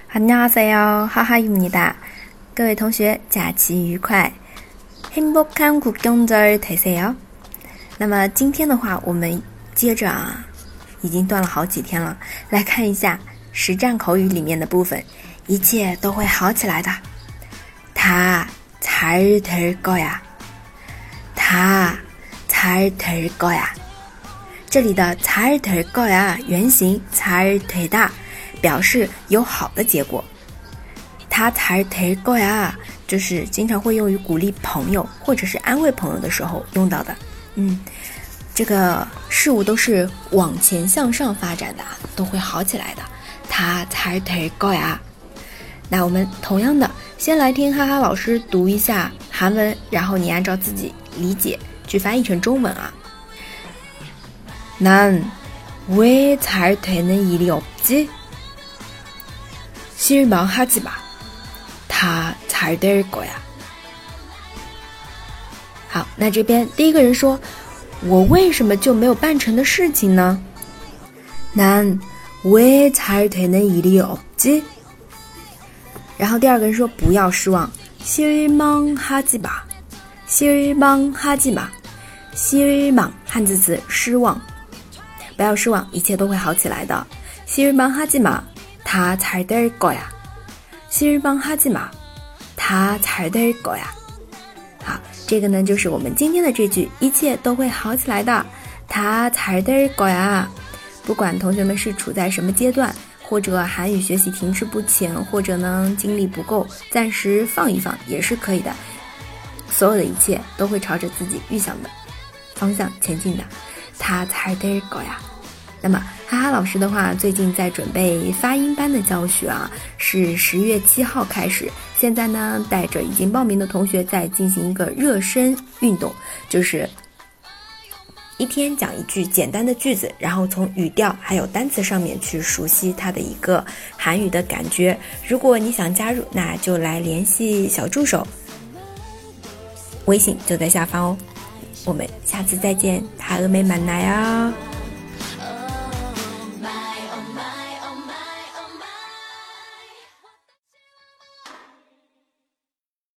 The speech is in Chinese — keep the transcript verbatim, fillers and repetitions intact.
안녕하세요， 하하입니다。各位同学，假期愉快，행복한 국경절 되세요。那么今天的话，我们接着啊，已经断了好几天了，来看一下实战口语里面的部分，一切都会好起来的。다 잘 될 거야，다 잘 될 거야。这里的잘 될 거야原型잘 되다。表示有好的结果，他잘 될 거야就是经常会用于鼓励朋友或者是安慰朋友的时候用到的。嗯，这个事物都是往前向上发展的，都会好起来的。他잘 될 거야。那我们同样的，先来听哈哈老师读一下韩文，然后你按照自己理解去翻译成中文啊。난 왜 잘 되는 일이 없지？실망하지 마. 다 잘 될 거야. 好，那这边第一个人说，我为什么就没有办成的事情呢？난 왜 잘 되는 일이 없지？然後第二個人說，不要失望，실망하지 마。실망하지 마。실망漢字詞失望，不要失望，一切都會好起來的。실망하지 마。다 잘 될 거야. 실망하지 마. 다 잘 될 거야. 好，这个呢就是我们今天的这句，一切都会好起来的。다 잘 될 거야. 不管同学们是处在什么阶段，或者韩语学习停滞不前，或者呢精力不够，暂时放一放也是可以的。所有的一切都会朝着自己预想的方向前进的。다 잘 될 거야。那么哈哈老师的话，最近在准备发音班的教学啊，是十月七号开始。现在呢，带着已经报名的同学在进行一个热身运动，就是一天讲一句简单的句子，然后从语调还有单词上面去熟悉它的一个韩语的感觉。如果你想加入，那就来联系小助手，微信就在下方哦。我们下次再见，다음에 만나요。